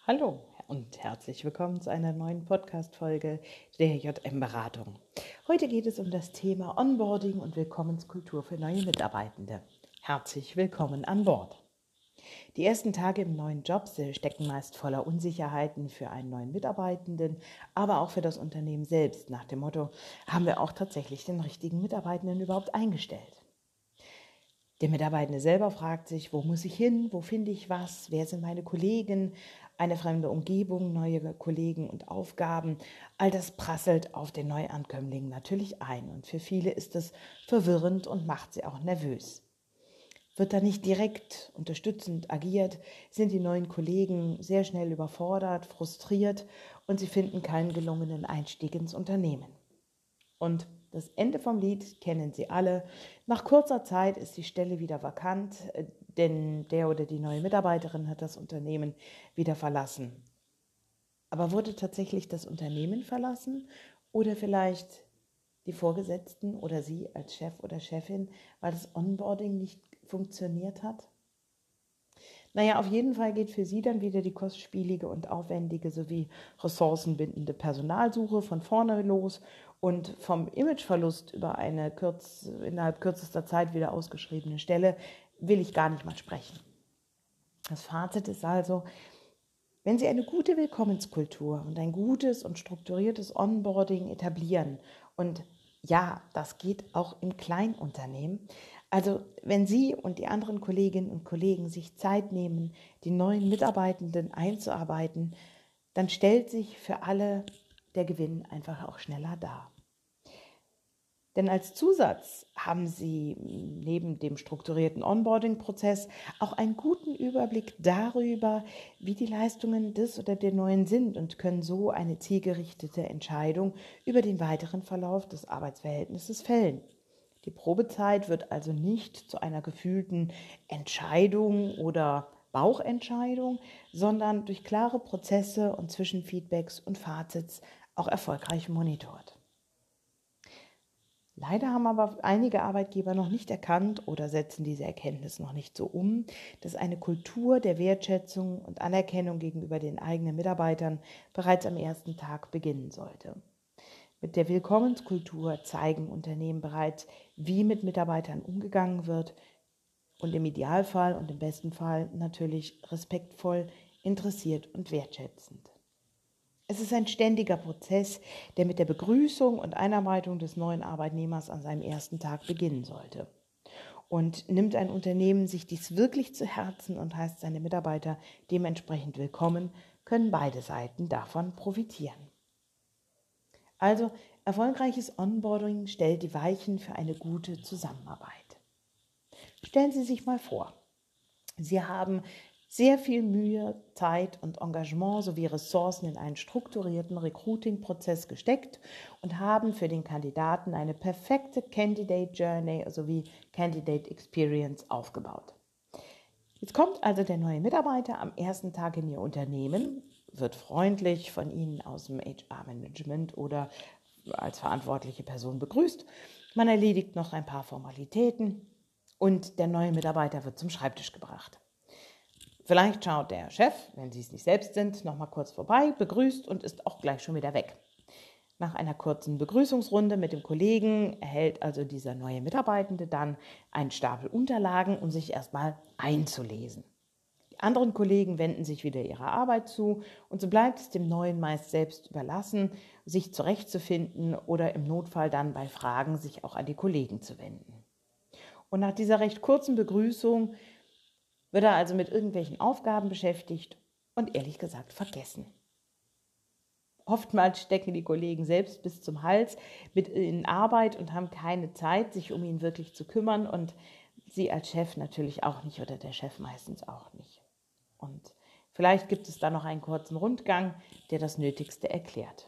Hallo und herzlich willkommen zu einer neuen Podcast-Folge der JM-Beratung. Heute geht es um das Thema Onboarding und Willkommenskultur für neue Mitarbeitende. Herzlich willkommen an Bord. Die ersten Tage im neuen Job stecken meist voller Unsicherheiten für einen neuen Mitarbeitenden, aber auch für das Unternehmen selbst, nach dem Motto: Haben wir auch tatsächlich den richtigen Mitarbeitenden überhaupt eingestellt? Der Mitarbeitende selber fragt sich: Wo muss ich hin? Wo finde ich was? Wer sind meine Kollegen? Eine fremde Umgebung, neue Kollegen und Aufgaben. All das prasselt auf den Neuankömmlingen natürlich ein. Und für viele ist es verwirrend und macht sie auch nervös. Wird da nicht direkt unterstützend agiert, sind die neuen Kollegen sehr schnell überfordert, frustriert und sie finden keinen gelungenen Einstieg ins Unternehmen. Und das Ende vom Lied kennen Sie alle. Nach kurzer Zeit ist die Stelle wieder vakant, denn der oder die neue Mitarbeiterin hat das Unternehmen wieder verlassen. Aber wurde tatsächlich das Unternehmen verlassen oder vielleicht die Vorgesetzten oder Sie als Chef oder Chefin, weil das Onboarding nicht funktioniert hat? Naja, auf jeden Fall geht für Sie dann wieder die kostspielige und aufwendige sowie ressourcenbindende Personalsuche von vorne los und vom Imageverlust über eine innerhalb kürzester Zeit wieder ausgeschriebene Stelle will ich gar nicht mal sprechen. Das Fazit ist also: Wenn Sie eine gute Willkommenskultur und ein gutes und strukturiertes Onboarding etablieren, und ja, das geht auch im Kleinunternehmen, also wenn Sie und die anderen Kolleginnen und Kollegen sich Zeit nehmen, die neuen Mitarbeitenden einzuarbeiten, dann stellt sich für alle der Gewinn einfach auch schneller dar. Denn als Zusatz haben Sie neben dem strukturierten Onboarding-Prozess auch einen guten Überblick darüber, wie die Leistungen des oder der Neuen sind, und können so eine zielgerichtete Entscheidung über den weiteren Verlauf des Arbeitsverhältnisses fällen. Die Probezeit wird also nicht zu einer gefühlten Entscheidung oder Bauchentscheidung, sondern durch klare Prozesse und Zwischenfeedbacks und Fazits auch erfolgreich monitort. Leider haben aber einige Arbeitgeber noch nicht erkannt oder setzen diese Erkenntnis noch nicht so um, dass eine Kultur der Wertschätzung und Anerkennung gegenüber den eigenen Mitarbeitern bereits am ersten Tag beginnen sollte. Mit der Willkommenskultur zeigen Unternehmen bereits, wie mit Mitarbeitern umgegangen wird, und im Idealfall und im besten Fall natürlich respektvoll, interessiert und wertschätzend. Es ist ein ständiger Prozess, der mit der Begrüßung und Einarbeitung des neuen Arbeitnehmers an seinem ersten Tag beginnen sollte. Und nimmt ein Unternehmen sich dies wirklich zu Herzen und heißt seine Mitarbeiter dementsprechend willkommen, können beide Seiten davon profitieren. Also, erfolgreiches Onboarding stellt die Weichen für eine gute Zusammenarbeit. Stellen Sie sich mal vor, Sie haben sehr viel Mühe, Zeit und Engagement sowie Ressourcen in einen strukturierten Recruiting-Prozess gesteckt und haben für den Kandidaten eine perfekte Candidate Journey sowie Candidate Experience aufgebaut. Jetzt kommt also der neue Mitarbeiter am ersten Tag in Ihr Unternehmen, wird freundlich von Ihnen aus dem HR-Management oder als verantwortliche Person begrüßt. Man erledigt noch ein paar Formalitäten und der neue Mitarbeiter wird zum Schreibtisch gebracht. Vielleicht schaut der Chef, wenn Sie es nicht selbst sind, noch mal kurz vorbei, begrüßt und ist auch gleich schon wieder weg. Nach einer kurzen Begrüßungsrunde mit dem Kollegen erhält also dieser neue Mitarbeitende dann einen Stapel Unterlagen, um sich erstmal einzulesen. Die anderen Kollegen wenden sich wieder ihrer Arbeit zu und so bleibt es dem Neuen meist selbst überlassen, sich zurechtzufinden oder im Notfall dann bei Fragen sich auch an die Kollegen zu wenden. Und nach dieser recht kurzen Begrüßung wird er also mit irgendwelchen Aufgaben beschäftigt und ehrlich gesagt vergessen. Oftmals stecken die Kollegen selbst bis zum Hals mit in Arbeit und haben keine Zeit, sich um ihn wirklich zu kümmern, und sie als Chef natürlich auch nicht oder der Chef meistens auch nicht. Und vielleicht gibt es da noch einen kurzen Rundgang, der das Nötigste erklärt.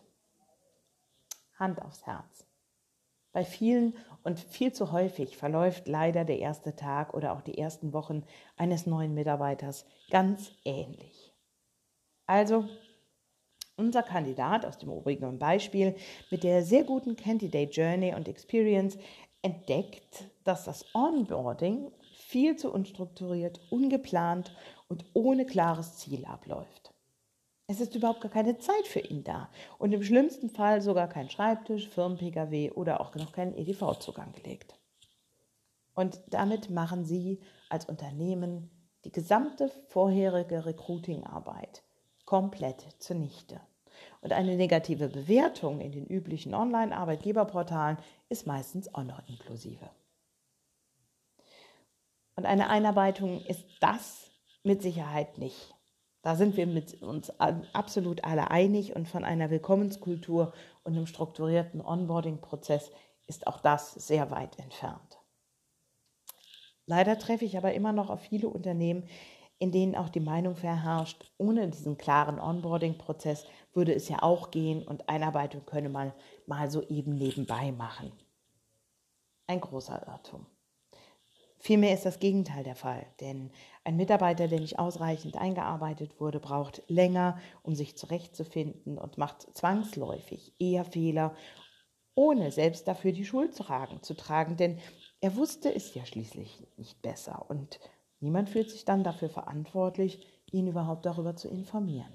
Hand aufs Herz. Bei vielen und viel zu häufig verläuft leider der erste Tag oder auch die ersten Wochen eines neuen Mitarbeiters ganz ähnlich. Also unser Kandidat aus dem obigen Beispiel mit der sehr guten Candidate Journey und Experience entdeckt, dass das Onboarding viel zu unstrukturiert, ungeplant und ohne klares Ziel abläuft. Es ist überhaupt gar keine Zeit für ihn da und im schlimmsten Fall sogar kein Schreibtisch, Firmen-Pkw oder auch noch keinen EDV-Zugang gelegt. Und damit machen Sie als Unternehmen die gesamte vorherige Recruiting-Arbeit komplett zunichte. Und eine negative Bewertung in den üblichen Online-Arbeitgeberportalen ist meistens auch noch inklusive. Und eine Einarbeitung ist das mit Sicherheit nicht. Da sind wir mit uns absolut alle einig und von einer Willkommenskultur und einem strukturierten Onboarding-Prozess ist auch das sehr weit entfernt. Leider treffe ich aber immer noch auf viele Unternehmen, in denen auch die Meinung verherrscht, ohne diesen klaren Onboarding-Prozess würde es ja auch gehen und Einarbeitung könne man mal so eben nebenbei machen. Ein großer Irrtum. Vielmehr ist das Gegenteil der Fall, denn ein Mitarbeiter, der nicht ausreichend eingearbeitet wurde, braucht länger, um sich zurechtzufinden und macht zwangsläufig eher Fehler, ohne selbst dafür die Schuld zu tragen, denn er wusste es ja schließlich nicht besser und niemand fühlt sich dann dafür verantwortlich, ihn überhaupt darüber zu informieren.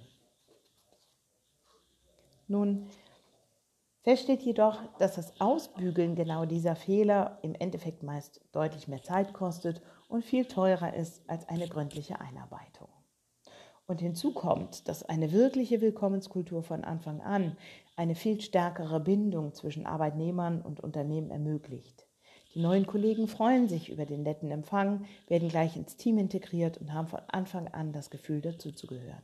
Nun, fest steht jedoch, dass das Ausbügeln genau dieser Fehler im Endeffekt meist deutlich mehr Zeit kostet und viel teurer ist als eine gründliche Einarbeitung. Und hinzu kommt, dass eine wirkliche Willkommenskultur von Anfang an eine viel stärkere Bindung zwischen Arbeitnehmern und Unternehmen ermöglicht. Die neuen Kollegen freuen sich über den netten Empfang, werden gleich ins Team integriert und haben von Anfang an das Gefühl, dazuzugehören.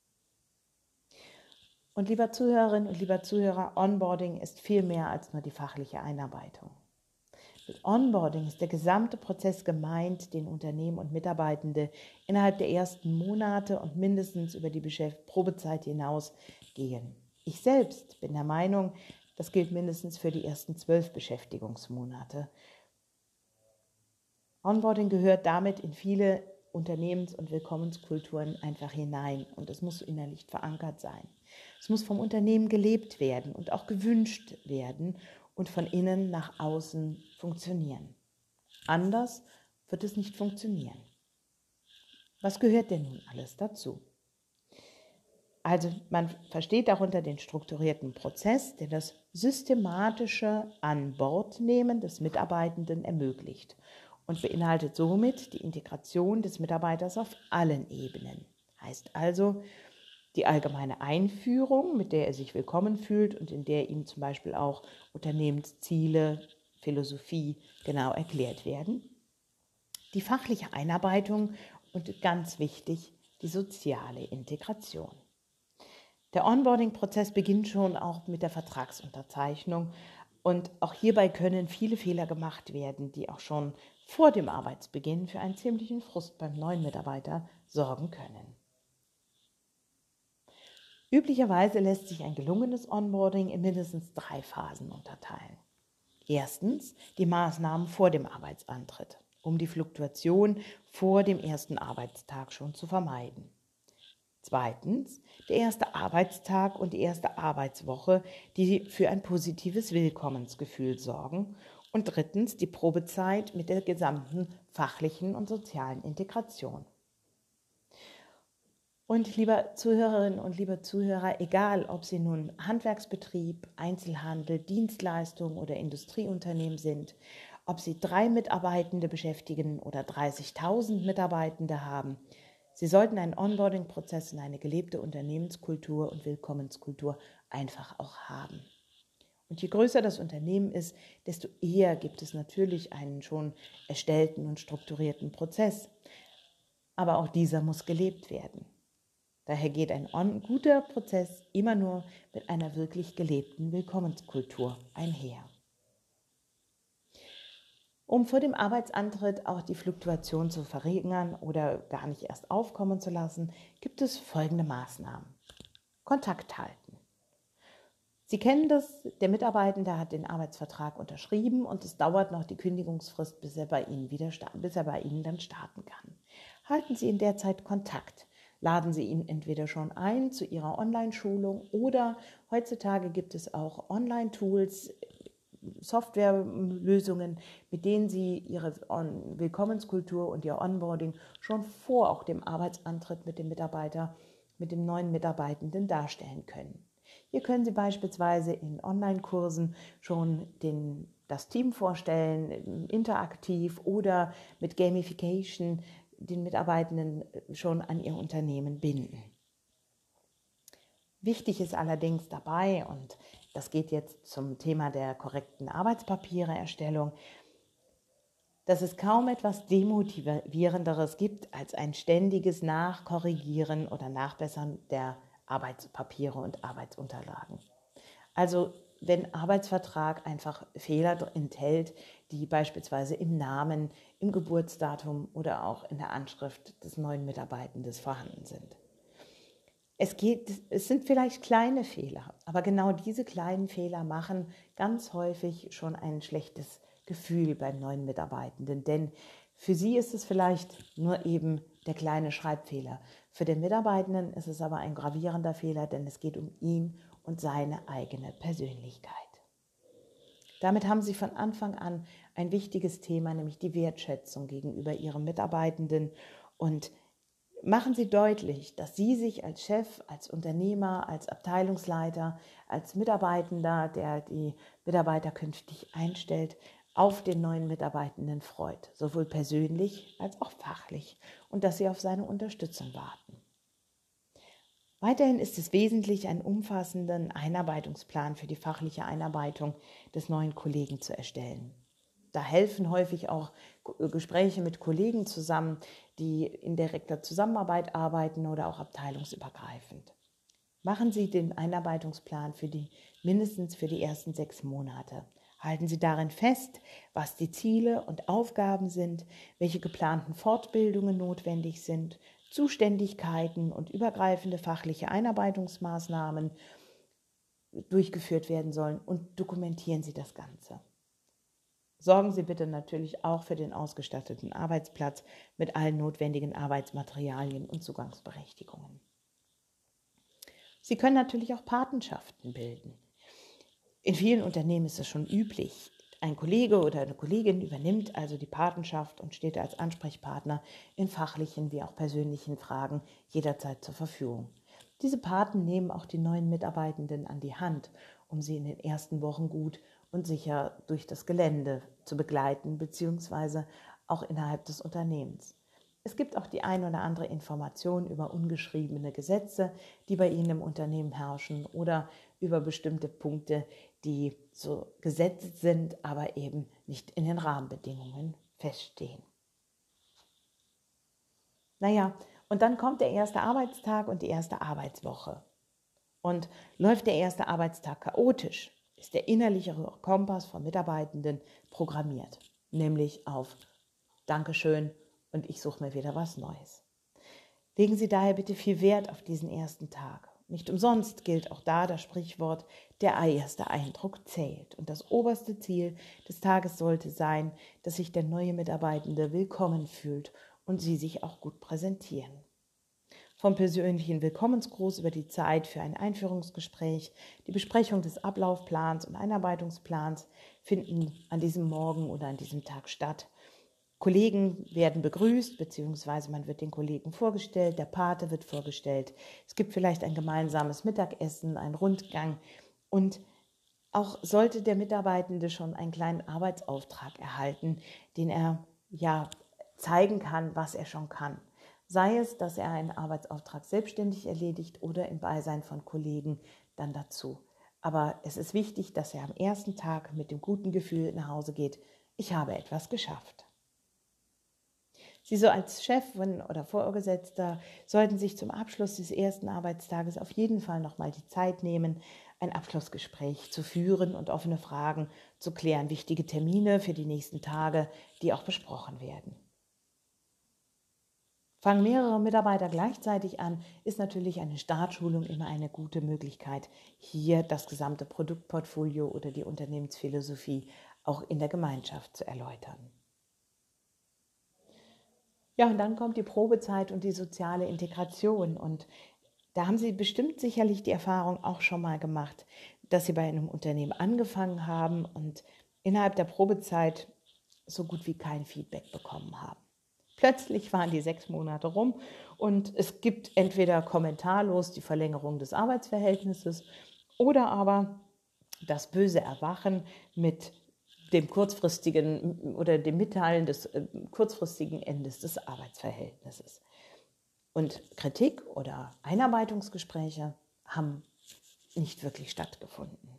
Und lieber Zuhörerinnen und lieber Zuhörer, Onboarding ist viel mehr als nur die fachliche Einarbeitung. Mit Onboarding ist der gesamte Prozess gemeint, den Unternehmen und Mitarbeitende innerhalb der ersten Monate und mindestens über die Probezeit hinaus gehen. Ich selbst bin der Meinung, das gilt mindestens für die ersten 12 Beschäftigungsmonate. Onboarding gehört damit in viele Unternehmens- und Willkommenskulturen einfach hinein und es muss innerlich verankert sein. Es muss vom Unternehmen gelebt werden und auch gewünscht werden und von innen nach außen funktionieren. Anders wird es nicht funktionieren. Was gehört denn nun alles dazu? Also man versteht darunter den strukturierten Prozess, der das systematische An-Bord-Nehmen des Mitarbeitenden ermöglicht und beinhaltet somit die Integration des Mitarbeiters auf allen Ebenen. Heißt also, die allgemeine Einführung, mit der er sich willkommen fühlt und in der ihm zum Beispiel auch Unternehmensziele, Philosophie genau erklärt werden. Die fachliche Einarbeitung und ganz wichtig, die soziale Integration. Der Onboarding-Prozess beginnt schon auch mit der Vertragsunterzeichnung und auch hierbei können viele Fehler gemacht werden, die auch schon vor dem Arbeitsbeginn für einen ziemlichen Frust beim neuen Mitarbeiter sorgen können. Üblicherweise lässt sich ein gelungenes Onboarding in mindestens 3 Phasen unterteilen. Erstens die Maßnahmen vor dem Arbeitsantritt, um die Fluktuation vor dem ersten Arbeitstag schon zu vermeiden. Zweitens der erste Arbeitstag und die erste Arbeitswoche, die für ein positives Willkommensgefühl sorgen. Und drittens die Probezeit mit der gesamten fachlichen und sozialen Integration. Und liebe Zuhörerinnen und liebe Zuhörer, egal ob Sie nun Handwerksbetrieb, Einzelhandel, Dienstleistung oder Industrieunternehmen sind, ob Sie 3 Mitarbeitende beschäftigen oder 30.000 Mitarbeitende haben, Sie sollten einen Onboarding-Prozess und eine gelebte Unternehmenskultur und Willkommenskultur einfach auch haben. Und je größer das Unternehmen ist, desto eher gibt es natürlich einen schon erstellten und strukturierten Prozess. Aber auch dieser muss gelebt werden. Daher geht ein guter Prozess immer nur mit einer wirklich gelebten Willkommenskultur einher. Um vor dem Arbeitsantritt auch die Fluktuation zu verringern oder gar nicht erst aufkommen zu lassen, gibt es folgende Maßnahmen. Kontakt halten. Sie kennen das, der Mitarbeitende hat den Arbeitsvertrag unterschrieben und es dauert noch die Kündigungsfrist, bis er bei Ihnen dann starten kann. Halten Sie in der Zeit Kontakt. Laden Sie ihn entweder schon ein zu Ihrer Online-Schulung oder heutzutage gibt es auch Online-Tools, Softwarelösungen, mit denen Sie Ihre Willkommenskultur und Ihr Onboarding schon vor auch dem Arbeitsantritt mit dem Mitarbeiter mit dem neuen Mitarbeitenden darstellen können. Hier können Sie beispielsweise in Online-Kursen schon das Team vorstellen, interaktiv oder mit Gamification den Mitarbeitenden schon an ihr Unternehmen binden. Wichtig ist allerdings dabei, und das geht jetzt zum Thema der korrekten Arbeitspapiereerstellung, dass es kaum etwas Demotivierenderes gibt als ein ständiges Nachkorrigieren oder Nachbessern der Arbeitspapiere und Arbeitsunterlagen. Also wenn Arbeitsvertrag einfach Fehler enthält, die beispielsweise im Namen, im Geburtsdatum oder auch in der Anschrift des neuen Mitarbeitenden vorhanden sind. Es sind vielleicht kleine Fehler, aber genau diese kleinen Fehler machen ganz häufig schon ein schlechtes Gefühl beim neuen Mitarbeitenden, denn für sie ist es vielleicht nur eben der kleine Schreibfehler. Für den Mitarbeitenden ist es aber ein gravierender Fehler, denn es geht um ihn und seine eigene Persönlichkeit. Damit haben Sie von Anfang an ein wichtiges Thema, nämlich die Wertschätzung gegenüber Ihrem Mitarbeitenden, und machen Sie deutlich, dass Sie sich als Chef, als Unternehmer, als Abteilungsleiter, als Mitarbeitender, der die Mitarbeiter künftig einstellt, auf den neuen Mitarbeitenden freut, sowohl persönlich als auch fachlich, und dass Sie auf seine Unterstützung warten. Weiterhin ist es wesentlich, einen umfassenden Einarbeitungsplan für die fachliche Einarbeitung des neuen Kollegen zu erstellen. Da helfen häufig auch Gespräche mit Kollegen zusammen, die in direkter Zusammenarbeit arbeiten oder auch abteilungsübergreifend. Machen Sie den Einarbeitungsplan mindestens für die ersten 6 Monate. Halten Sie darin fest, was die Ziele und Aufgaben sind, welche geplanten Fortbildungen notwendig sind, Zuständigkeiten und übergreifende fachliche Einarbeitungsmaßnahmen durchgeführt werden sollen, und dokumentieren Sie das Ganze. Sorgen Sie bitte natürlich auch für den ausgestatteten Arbeitsplatz mit allen notwendigen Arbeitsmaterialien und Zugangsberechtigungen. Sie können natürlich auch Patenschaften bilden. In vielen Unternehmen ist es schon üblich. Ein Kollege oder eine Kollegin übernimmt also die Patenschaft und steht als Ansprechpartner in fachlichen wie auch persönlichen Fragen jederzeit zur Verfügung. Diese Paten nehmen auch die neuen Mitarbeitenden an die Hand, um sie in den ersten Wochen gut und sicher durch das Gelände zu begleiten, beziehungsweise auch innerhalb des Unternehmens. Es gibt auch die ein oder andere Information über ungeschriebene Gesetze, die bei Ihnen im Unternehmen herrschen, oder über bestimmte Punkte, die so gesetzt sind, aber eben nicht in den Rahmenbedingungen feststehen. Und dann kommt der erste Arbeitstag und die erste Arbeitswoche. Und läuft der erste Arbeitstag chaotisch, ist der innerliche Kompass von Mitarbeitenden programmiert, nämlich auf Dankeschön und ich suche mir wieder was Neues. Legen Sie daher bitte viel Wert auf diesen ersten Tag. Nicht umsonst gilt auch da das Sprichwort, der erste Eindruck zählt. Und das oberste Ziel des Tages sollte sein, dass sich der neue Mitarbeitende willkommen fühlt und Sie sich auch gut präsentieren. Vom persönlichen Willkommensgruß über die Zeit für ein Einführungsgespräch, die Besprechung des Ablaufplans und Einarbeitungsplans finden an diesem Morgen oder an diesem Tag statt. Kollegen werden begrüßt, beziehungsweise man wird den Kollegen vorgestellt, der Pate wird vorgestellt. Es gibt vielleicht ein gemeinsames Mittagessen, einen Rundgang, und auch sollte der Mitarbeitende schon einen kleinen Arbeitsauftrag erhalten, den er zeigen kann, was er schon kann. Sei es, dass er einen Arbeitsauftrag selbstständig erledigt oder im Beisein von Kollegen dann dazu. Aber es ist wichtig, dass er am ersten Tag mit dem guten Gefühl nach Hause geht: Ich habe etwas geschafft. Sie so als Chefin oder Vorgesetzter sollten sich zum Abschluss des ersten Arbeitstages auf jeden Fall nochmal die Zeit nehmen, ein Abschlussgespräch zu führen und offene Fragen zu klären, wichtige Termine für die nächsten Tage, die auch besprochen werden. Fangen mehrere Mitarbeiter gleichzeitig an, ist natürlich eine Startschulung immer eine gute Möglichkeit, hier das gesamte Produktportfolio oder die Unternehmensphilosophie auch in der Gemeinschaft zu erläutern. Ja, und dann kommt die Probezeit und die soziale Integration. Und da haben Sie bestimmt sicherlich die Erfahrung auch schon mal gemacht, dass Sie bei einem Unternehmen angefangen haben und innerhalb der Probezeit so gut wie kein Feedback bekommen haben. Plötzlich waren die 6 Monate rum und es gibt entweder kommentarlos die Verlängerung des Arbeitsverhältnisses oder aber das böse Erwachen mit dem kurzfristigen oder dem Mitteilen des kurzfristigen Endes des Arbeitsverhältnisses. Und Kritik oder Einarbeitungsgespräche haben nicht wirklich stattgefunden.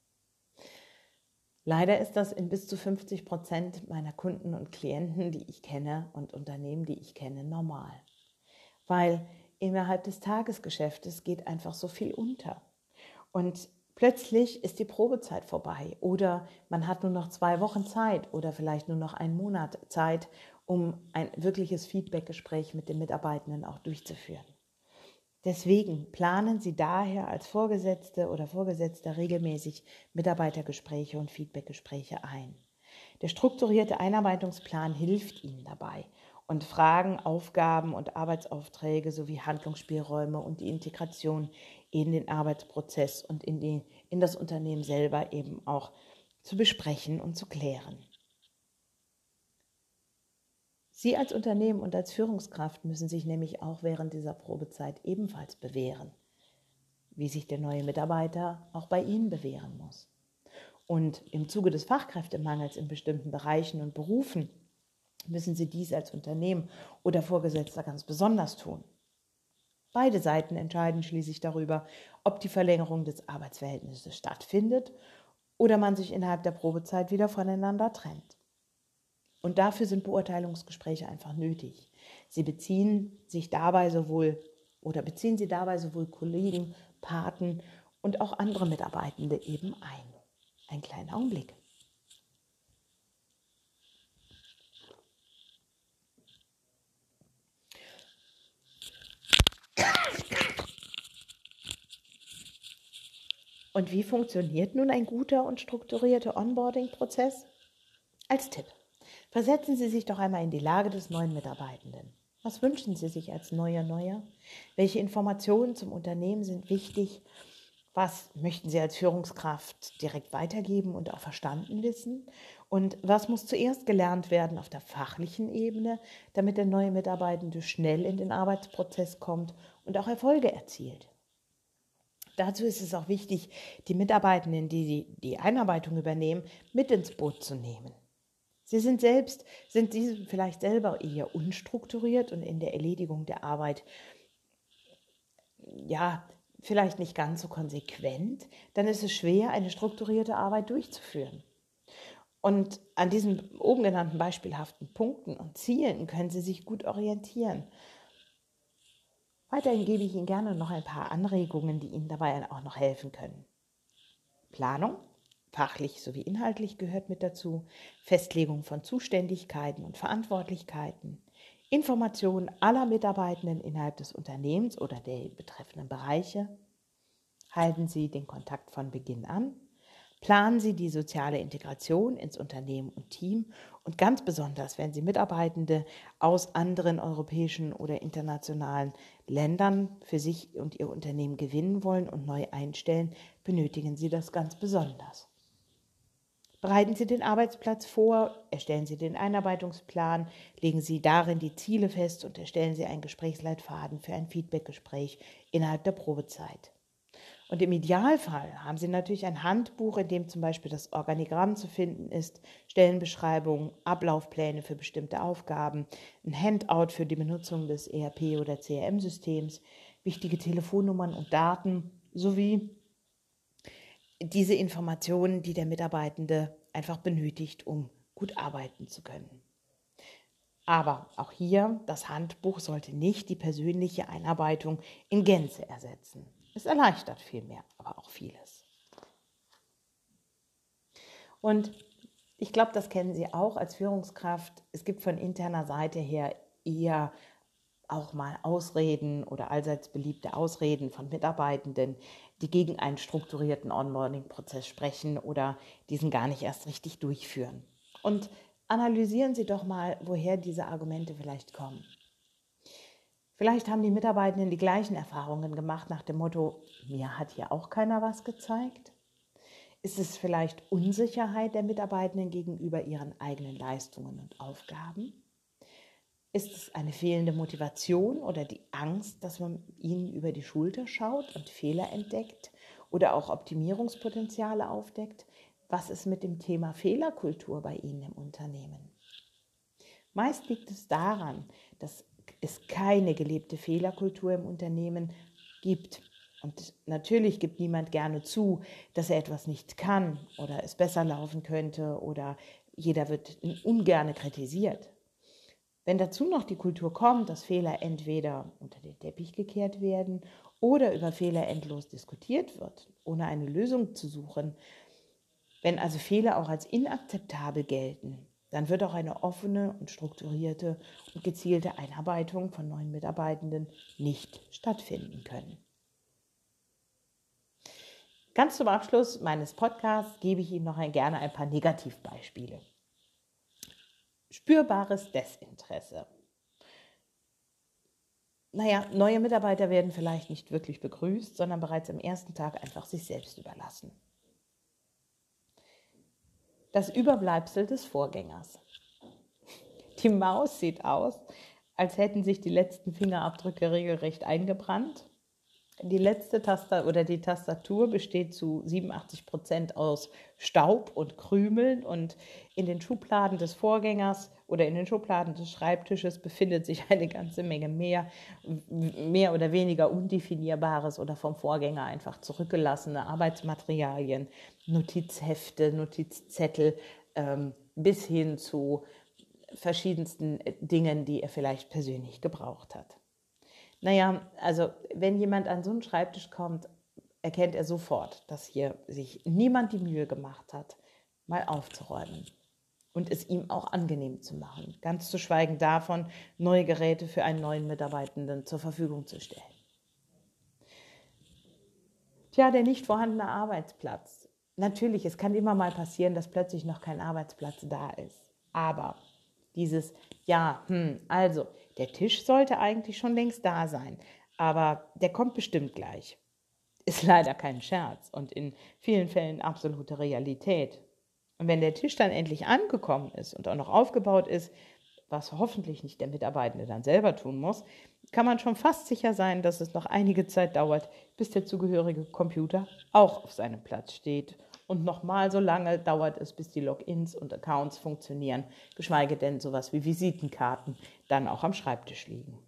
Leider ist das in bis zu 50% meiner Kunden und Klienten, die ich kenne, und Unternehmen, die ich kenne, normal. Weil innerhalb des Tagesgeschäftes geht einfach so viel unter. Und plötzlich ist die Probezeit vorbei oder man hat nur noch 2 Wochen Zeit oder vielleicht nur noch einen Monat Zeit, um ein wirkliches Feedbackgespräch mit den Mitarbeitenden auch durchzuführen. Deswegen planen Sie daher als Vorgesetzte oder Vorgesetzter regelmäßig Mitarbeitergespräche und Feedbackgespräche ein. Der strukturierte Einarbeitungsplan hilft Ihnen dabei und Fragen, Aufgaben und Arbeitsaufträge sowie Handlungsspielräume und die Integration in den Arbeitsprozess und in das Unternehmen selber eben auch zu besprechen und zu klären. Sie als Unternehmen und als Führungskraft müssen sich nämlich auch während dieser Probezeit ebenfalls bewähren, wie sich der neue Mitarbeiter auch bei Ihnen bewähren muss. Und im Zuge des Fachkräftemangels in bestimmten Bereichen und Berufen müssen Sie dies als Unternehmen oder Vorgesetzter ganz besonders tun. Beide Seiten entscheiden schließlich darüber, ob die Verlängerung des Arbeitsverhältnisses stattfindet oder man sich innerhalb der Probezeit wieder voneinander trennt. Und dafür sind Beurteilungsgespräche einfach nötig. Beziehen Sie dabei sowohl Kollegen, Paten und auch andere Mitarbeitende eben ein. Ein kleiner Augenblick. Und wie funktioniert nun ein guter und strukturierter Onboarding-Prozess? Als Tipp: Versetzen Sie sich doch einmal in die Lage des neuen Mitarbeitenden. Was wünschen Sie sich als Neuer? Welche Informationen zum Unternehmen sind wichtig? Was möchten Sie als Führungskraft direkt weitergeben und auch verstanden wissen? Und was muss zuerst gelernt werden auf der fachlichen Ebene, damit der neue Mitarbeitende schnell in den Arbeitsprozess kommt und auch Erfolge erzielt? Dazu ist es auch wichtig, die Mitarbeitenden, die die Einarbeitung übernehmen, mit ins Boot zu nehmen. Sind Sie vielleicht selber eher unstrukturiert und in der Erledigung der Arbeit, vielleicht nicht ganz so konsequent, dann ist es schwer, eine strukturierte Arbeit durchzuführen. Und an diesen oben genannten beispielhaften Punkten und Zielen können Sie sich gut orientieren. Weiterhin gebe ich Ihnen gerne noch ein paar Anregungen, die Ihnen dabei auch noch helfen können. Planung, fachlich sowie inhaltlich, gehört mit dazu. Festlegung von Zuständigkeiten und Verantwortlichkeiten. Information aller Mitarbeitenden innerhalb des Unternehmens oder der betreffenden Bereiche. Halten Sie den Kontakt von Beginn an. Planen Sie die soziale Integration ins Unternehmen und Team und ganz besonders, wenn Sie Mitarbeitende aus anderen europäischen oder internationalen Ländern für sich und Ihr Unternehmen gewinnen wollen und neu einstellen, benötigen Sie das ganz besonders. Bereiten Sie den Arbeitsplatz vor, erstellen Sie den Einarbeitungsplan, legen Sie darin die Ziele fest und erstellen Sie einen Gesprächsleitfaden für ein Feedbackgespräch innerhalb der Probezeit. Und im Idealfall haben Sie natürlich ein Handbuch, in dem zum Beispiel das Organigramm zu finden ist, Stellenbeschreibungen, Ablaufpläne für bestimmte Aufgaben, ein Handout für die Benutzung des ERP- oder CRM-Systems, wichtige Telefonnummern und Daten sowie diese Informationen, die der Mitarbeitende einfach benötigt, um gut arbeiten zu können. Aber auch hier, das Handbuch sollte nicht die persönliche Einarbeitung in Gänze ersetzen. Es erleichtert vielmehr, aber auch vieles. Und ich glaube, das kennen Sie auch als Führungskraft. Es gibt von interner Seite her eher auch mal Ausreden oder allseits beliebte Ausreden von Mitarbeitenden, die gegen einen strukturierten Onboarding-Prozess sprechen oder diesen gar nicht erst richtig durchführen. Und analysieren Sie doch mal, woher diese Argumente vielleicht kommen. Vielleicht haben die Mitarbeitenden die gleichen Erfahrungen gemacht nach dem Motto, mir hat hier auch keiner was gezeigt. Ist es vielleicht Unsicherheit der Mitarbeitenden gegenüber ihren eigenen Leistungen und Aufgaben? Ist es eine fehlende Motivation oder die Angst, dass man ihnen über die Schulter schaut und Fehler entdeckt oder auch Optimierungspotenziale aufdeckt? Was ist mit dem Thema Fehlerkultur bei Ihnen im Unternehmen? Meist liegt es daran, dass es keine gelebte Fehlerkultur im Unternehmen gibt. Und natürlich gibt niemand gerne zu, dass er etwas nicht kann oder es besser laufen könnte oder jeder wird ungerne kritisiert. Wenn dazu noch die Kultur kommt, dass Fehler entweder unter den Teppich gekehrt werden oder über Fehler endlos diskutiert wird, ohne eine Lösung zu suchen, wenn also Fehler auch als inakzeptabel gelten, dann wird auch eine offene und strukturierte und gezielte Einarbeitung von neuen Mitarbeitenden nicht stattfinden können. Ganz zum Abschluss meines Podcasts gebe ich Ihnen noch gerne ein paar Negativbeispiele. Spürbares Desinteresse. Neue Mitarbeiter werden vielleicht nicht wirklich begrüßt, sondern bereits am ersten Tag einfach sich selbst überlassen. Das Überbleibsel des Vorgängers. Die Maus sieht aus, als hätten sich die letzten Fingerabdrücke regelrecht eingebrannt. Die Tastatur besteht zu 87% aus Staub und Krümeln und in den Schubladen des Vorgängers oder in den Schubladen des Schreibtisches befindet sich eine ganze Menge mehr oder weniger Undefinierbares oder vom Vorgänger einfach zurückgelassene Arbeitsmaterialien, Notizhefte, Notizzettel, bis hin zu verschiedensten Dingen, die er vielleicht persönlich gebraucht hat. Also wenn jemand an so einen Schreibtisch kommt, erkennt er sofort, dass hier sich niemand die Mühe gemacht hat, mal aufzuräumen und es ihm auch angenehm zu machen. Ganz zu schweigen davon, neue Geräte für einen neuen Mitarbeitenden zur Verfügung zu stellen. Der nicht vorhandene Arbeitsplatz. Natürlich, es kann immer mal passieren, dass plötzlich noch kein Arbeitsplatz da ist. Aber dieses, also der Tisch sollte eigentlich schon längst da sein, aber der kommt bestimmt gleich. Ist leider kein Scherz und in vielen Fällen absolute Realität. Und wenn der Tisch dann endlich angekommen ist und auch noch aufgebaut ist, was hoffentlich nicht der Mitarbeitende dann selber tun muss, kann man schon fast sicher sein, dass es noch einige Zeit dauert, bis der zugehörige Computer auch auf seinem Platz steht. Und nochmal so lange dauert es, bis die Logins und Accounts funktionieren, geschweige denn sowas wie Visitenkarten dann auch am Schreibtisch liegen.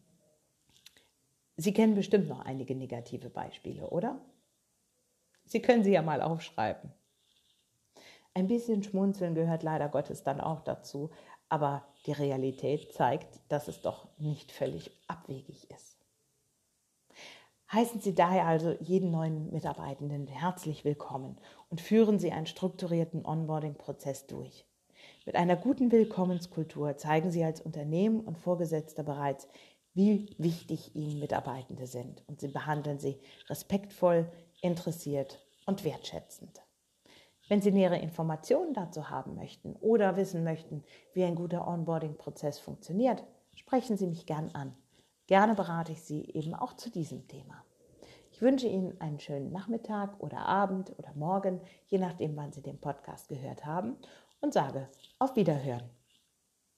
Sie kennen bestimmt noch einige negative Beispiele, oder? Sie können sie ja mal aufschreiben. Ein bisschen Schmunzeln gehört leider Gottes dann auch dazu, aber die Realität zeigt, dass es doch nicht völlig abwegig ist. Heißen Sie daher also jeden neuen Mitarbeitenden herzlich willkommen und führen Sie einen strukturierten Onboarding-Prozess durch. Mit einer guten Willkommenskultur zeigen Sie als Unternehmen und Vorgesetzter bereits, wie wichtig Ihnen Mitarbeitende sind und Sie behandeln sie respektvoll, interessiert und wertschätzend. Wenn Sie nähere Informationen dazu haben möchten oder wissen möchten, wie ein guter Onboarding-Prozess funktioniert, sprechen Sie mich gern an. Gerne berate ich Sie eben auch zu diesem Thema. Ich wünsche Ihnen einen schönen Nachmittag oder Abend oder Morgen, je nachdem, wann Sie den Podcast gehört haben, und sage auf Wiederhören.